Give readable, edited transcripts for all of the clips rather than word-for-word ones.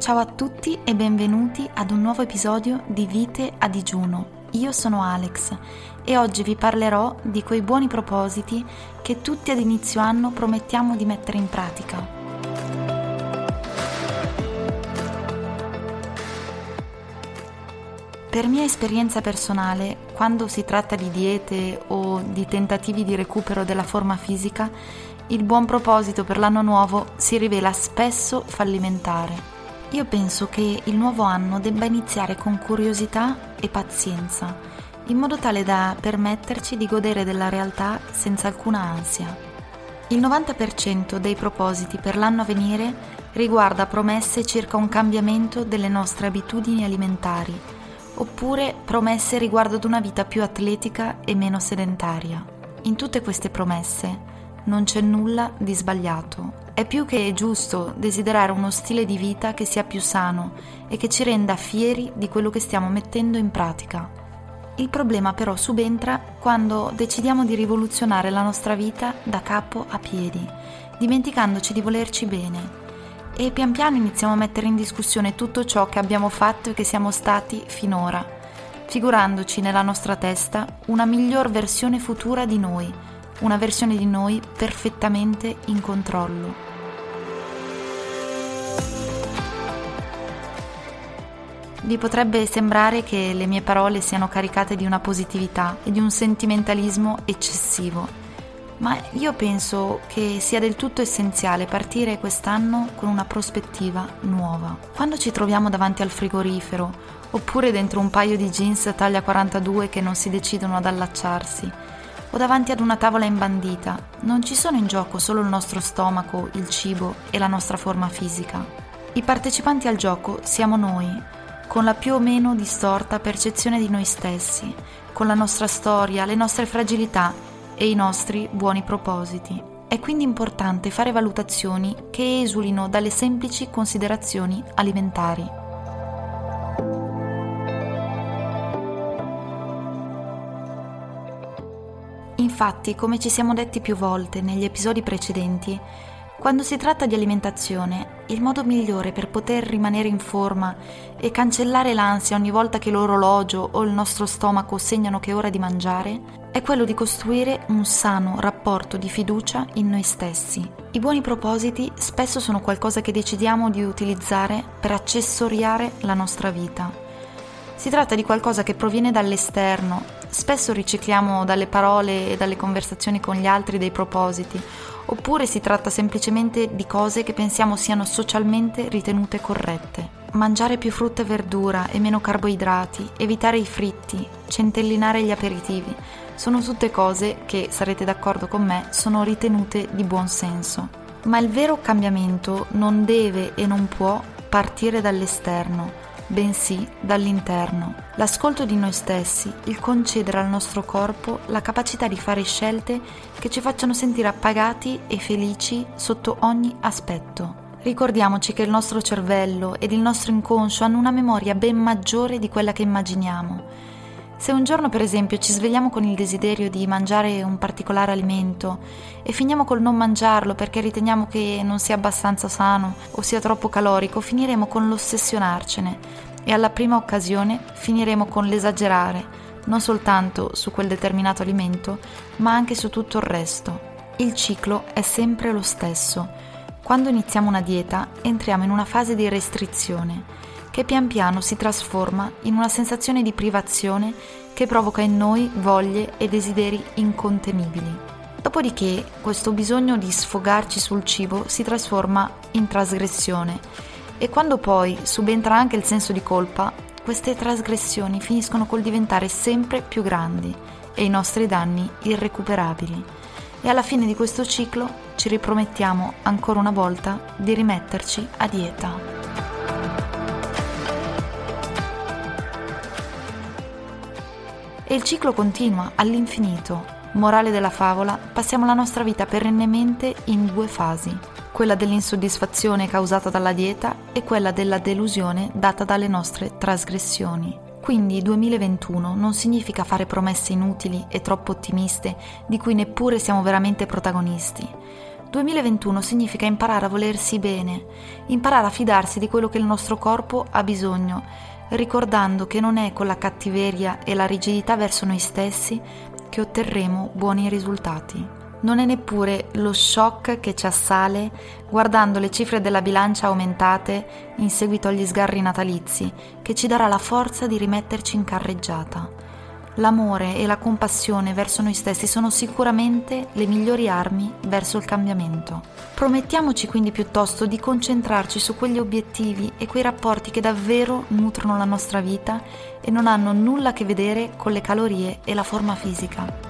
Ciao a tutti e benvenuti ad un nuovo episodio di Vite a digiuno. Io sono Alex e oggi vi parlerò di quei buoni propositi che tutti ad inizio anno promettiamo di mettere in pratica. Per mia esperienza personale, quando si tratta di diete o di tentativi di recupero della forma fisica, il buon proposito per l'anno nuovo si rivela spesso fallimentare. Io penso che il nuovo anno debba iniziare con curiosità e pazienza, in modo tale da permetterci di godere della realtà senza alcuna ansia. Il 90% dei propositi per l'anno a venire riguarda promesse circa un cambiamento delle nostre abitudini alimentari, oppure promesse riguardo ad una vita più atletica e meno sedentaria. In tutte queste promesse non c'è nulla di sbagliato. È più che giusto desiderare uno stile di vita che sia più sano e che ci renda fieri di quello che stiamo mettendo in pratica. Il problema però subentra quando decidiamo di rivoluzionare la nostra vita da capo a piedi, dimenticandoci di volerci bene. E pian piano iniziamo a mettere in discussione tutto ciò che abbiamo fatto e che siamo stati finora, figurandoci nella nostra testa una miglior versione futura di noi, una versione di noi perfettamente in controllo. Vi potrebbe sembrare che le mie parole siano caricate di una positività e di un sentimentalismo eccessivo, ma io penso che sia del tutto essenziale partire quest'anno con una prospettiva nuova. Quando ci troviamo davanti al frigorifero, oppure dentro un paio di jeans taglia 42 che non si decidono ad allacciarsi, o davanti ad una tavola imbandita, non ci sono in gioco solo il nostro stomaco, il cibo e la nostra forma fisica. I partecipanti al gioco siamo noi, con la più o meno distorta percezione di noi stessi, con la nostra storia, le nostre fragilità e i nostri buoni propositi. È quindi importante fare valutazioni che esulino dalle semplici considerazioni alimentari. Infatti, come ci siamo detti più volte negli episodi precedenti, quando si tratta di alimentazione, il modo migliore per poter rimanere in forma e cancellare l'ansia ogni volta che l'orologio o il nostro stomaco segnano che è ora di mangiare è quello di costruire un sano rapporto di fiducia in noi stessi. I buoni propositi spesso sono qualcosa che decidiamo di utilizzare per accessoriare la nostra vita. Si tratta di qualcosa che proviene dall'esterno, spesso ricicliamo dalle parole e dalle conversazioni con gli altri dei propositi, oppure si tratta semplicemente di cose che pensiamo siano socialmente ritenute corrette. Mangiare più frutta e verdura e meno carboidrati, evitare i fritti, centellinare gli aperitivi, sono tutte cose che, sarete d'accordo con me, sono ritenute di buon senso. Ma il vero cambiamento non deve e non può partire dall'esterno, bensì dall'interno. L'ascolto di noi stessi, il concedere al nostro corpo la capacità di fare scelte che ci facciano sentire appagati e felici sotto ogni aspetto. Ricordiamoci che il nostro cervello ed il nostro inconscio hanno una memoria ben maggiore di quella che immaginiamo. Se un giorno, per esempio, ci svegliamo con il desiderio di mangiare un particolare alimento e finiamo col non mangiarlo perché riteniamo che non sia abbastanza sano o sia troppo calorico, finiremo con l'ossessionarcene e alla prima occasione finiremo con l'esagerare, non soltanto su quel determinato alimento, ma anche su tutto il resto. Il ciclo è sempre lo stesso. Quando iniziamo una dieta, entriamo in una fase di restrizione, che pian piano si trasforma in una sensazione di privazione che provoca in noi voglie e desideri incontenibili. Dopodiché questo bisogno di sfogarci sul cibo si trasforma in trasgressione e quando poi subentra anche il senso di colpa, queste trasgressioni finiscono col diventare sempre più grandi e i nostri danni irrecuperabili. E alla fine di questo ciclo ci ripromettiamo ancora una volta di rimetterci a dieta. E il ciclo continua all'infinito. Morale della favola, passiamo la nostra vita perennemente in due fasi, quella dell'insoddisfazione causata dalla dieta e quella della delusione data dalle nostre trasgressioni. Quindi 2021 non significa fare promesse inutili e troppo ottimiste di cui neppure siamo veramente protagonisti. 2021 significa imparare a volersi bene, imparare a fidarsi di quello che il nostro corpo ha bisogno, ricordando che non è con la cattiveria e la rigidità verso noi stessi che otterremo buoni risultati. Non è neppure lo shock che ci assale guardando le cifre della bilancia aumentate in seguito agli sgarri natalizi che ci darà la forza di rimetterci in carreggiata. L'amore e la compassione verso noi stessi sono sicuramente le migliori armi verso il cambiamento. Promettiamoci quindi piuttosto di concentrarci su quegli obiettivi e quei rapporti che davvero nutrono la nostra vita e non hanno nulla a che vedere con le calorie e la forma fisica.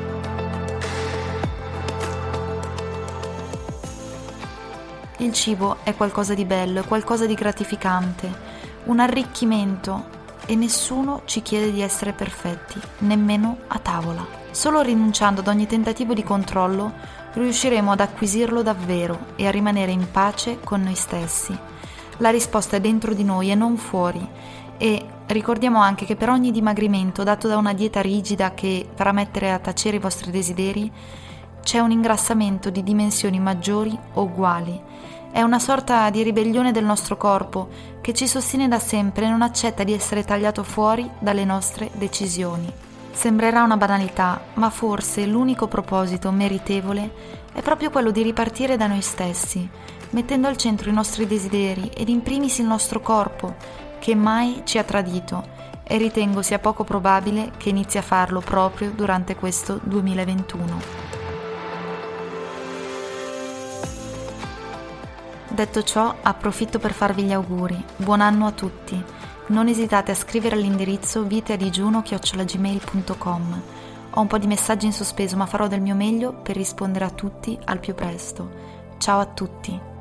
Il cibo è qualcosa di bello, è qualcosa di gratificante, un arricchimento e nessuno ci chiede di essere perfetti, nemmeno a tavola. Solo rinunciando ad ogni tentativo di controllo riusciremo ad acquisirlo davvero e a rimanere in pace con noi stessi. La risposta è dentro di noi e non fuori e ricordiamo anche che per ogni dimagrimento dato da una dieta rigida che farà mettere a tacere i vostri desideri c'è un ingrassamento di dimensioni maggiori o uguali. È una sorta di ribellione del nostro corpo che ci sostiene da sempre e non accetta di essere tagliato fuori dalle nostre decisioni. Sembrerà una banalità, ma forse l'unico proposito meritevole è proprio quello di ripartire da noi stessi, mettendo al centro i nostri desideri ed in primis il nostro corpo, che mai ci ha tradito, e ritengo sia poco probabile che inizi a farlo proprio durante questo 2021. Detto ciò, approfitto per farvi gli auguri. Buon anno a tutti. Non esitate a scrivere all'indirizzo viteadigiuno@gmail.com. Ho un po' di messaggi in sospeso, ma farò del mio meglio per rispondere a tutti al più presto. Ciao a tutti.